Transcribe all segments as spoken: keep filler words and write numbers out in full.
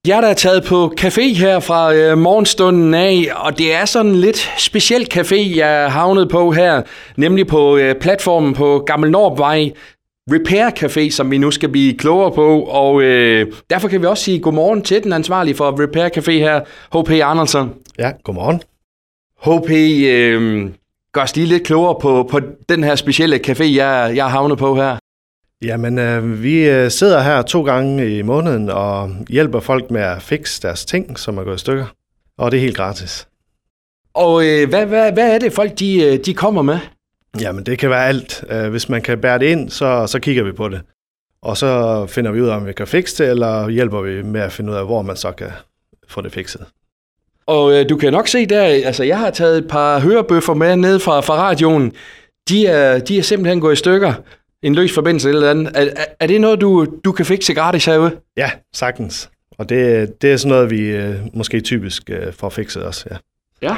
Jeg er da taget på café her fra øh, morgenstunden af, og det er sådan en lidt speciel café, jeg er havnet på her, nemlig på øh, platformen på Gammel Nordvej, Repair Café, som vi nu skal blive klogere på, og øh, derfor kan vi også sige godmorgen til den ansvarlige for Repair Café her, H P Andersen. Ja, godmorgen. H P, øh, gør os lige lidt klogere på, på den her specielle café, jeg, jeg er havnet på her. Jamen, øh, vi sidder her to gange i måneden og hjælper folk med at fikse deres ting, som er gået i stykker. Og det er helt gratis. Og øh, hvad, hvad, hvad er det, folk de, de kommer med? Jamen, det kan være alt. Hvis man kan bære det ind, så, så kigger vi på det. Og så finder vi ud af, om vi kan fikse det, eller hjælper vi med at finde ud af, hvor man så kan få det fikset. Og øh, du kan nok se der, altså jeg har taget et par hørebøffer med ned fra, fra radioen. De er, de er simpelthen gået i stykker. En løs forbindelse eller andet. Er, er, er det noget, du, du kan fikse gratis herude? Ja, sagtens. Og det, det er sådan noget, vi øh, måske typisk øh, får fikset også, ja. Ja.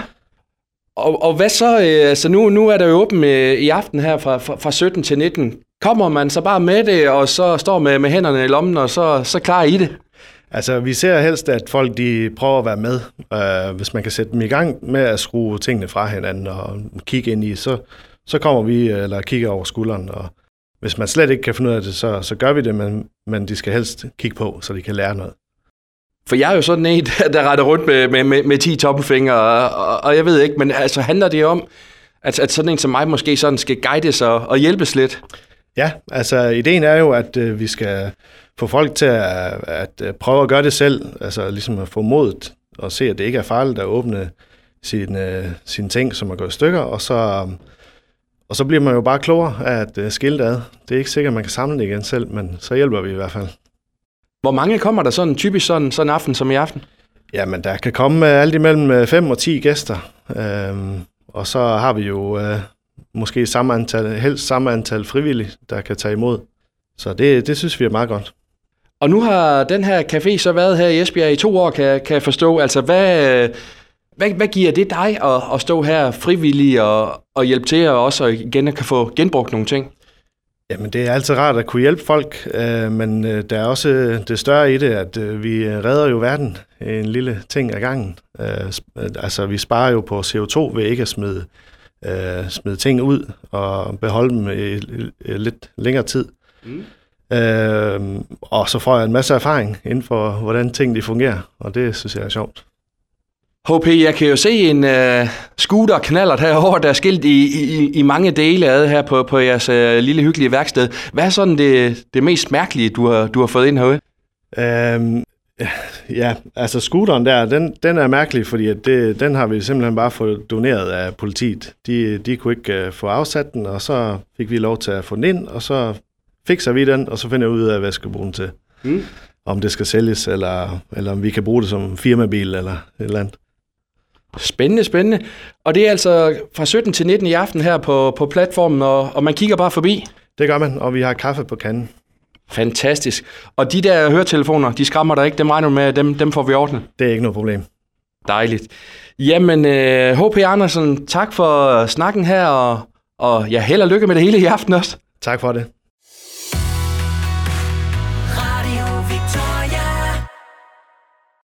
Og, og hvad så? Øh, altså nu, nu er der jo åben øh, i aften her fra, fra, fra sytten til nitten. Kommer man så bare med det, og så står med, med hænderne i lommen, og så, så klarer I det? Altså, vi ser helst, at folk de prøver at være med. Øh, hvis man kan sætte dem i gang med at skrue tingene fra hinanden og kigge ind i, så, så kommer vi eller kigger over skulderen. Og hvis man slet ikke kan finde ud af det, så, så gør vi det, men, men de skal helst kigge på, så de kan lære noget. For jeg er jo sådan en, der retter rundt med, med, med, med ti tommelfingre, og, og, og jeg ved ikke, men altså handler det om, at, at sådan en som mig måske sådan skal guides og, og hjælpes lidt? Ja, altså ideen er jo, at øh, vi skal få folk til at, at, at prøve at gøre det selv, altså ligesom at få modet og se, at det ikke er farligt at åbne sine, sine ting, som er gået i stykker, og så, og så bliver man jo bare klogere af at uh, skille det ad. Det er ikke sikkert, at man kan samle det igen selv, men så hjælper vi i hvert fald. Hvor mange kommer der sådan typisk sådan, sådan en aften som i aften? Jamen, der kan komme alt imellem fem og ti gæster, øhm, og så har vi jo øh, måske samme antal, helst samme antal frivillige, der kan tage imod. Så det, det synes vi er meget godt. Og nu har den her café så været her i Esbjerg i to år, kan, kan jeg forstå. Altså, hvad, hvad, hvad giver det dig at, at stå her frivillig og, og hjælpe til, og også igen kan få genbrugt nogle ting? Jamen, det er altid rart at kunne hjælpe folk, øh, men øh, der er også det større i det, at øh, vi redder jo verden en lille ting ad gangen. Øh, altså, vi sparer jo på C O to ved ikke at smide, øh, smide ting ud og beholde dem i, i, i lidt længere tid. Mm. Øh, og så får jeg en masse erfaring inden for, hvordan ting de fungerer, og det synes jeg er sjovt. H P, jeg kan jo se en uh, scooter knallert herovre, der er skilt i, i, i mange dele af det her på, på jeres uh, lille hyggelige værksted. Hvad er sådan det, det mest mærkelige, du har, du har fået ind herude? Øhm, ja, altså scooteren der, den, den er mærkelig, fordi at det, den har vi simpelthen bare fået doneret af politiet. De, de kunne ikke uh, få afsat den, og så fik vi lov til at få den ind, og så fikser vi den, og så finder jeg ud af, hvad jeg skal bruge den til. Mm. Om det skal sælges, eller, eller om vi kan bruge det som firmabil, eller et eller andet. Spændende, spændende. Og det er altså fra sytten til nitten i aften her på, på platformen, og, og man kigger bare forbi? Det gør man, og vi har kaffe på kanden. Fantastisk. Og de der høretelefoner, de skræmmer dig ikke, dem regner du med, dem, dem får vi ordnet? Det er ikke noget problem. Dejligt. Jamen, uh, H P Andersen, tak for snakken her, og, og ja, held og lykke med det hele i aften også. Tak for det.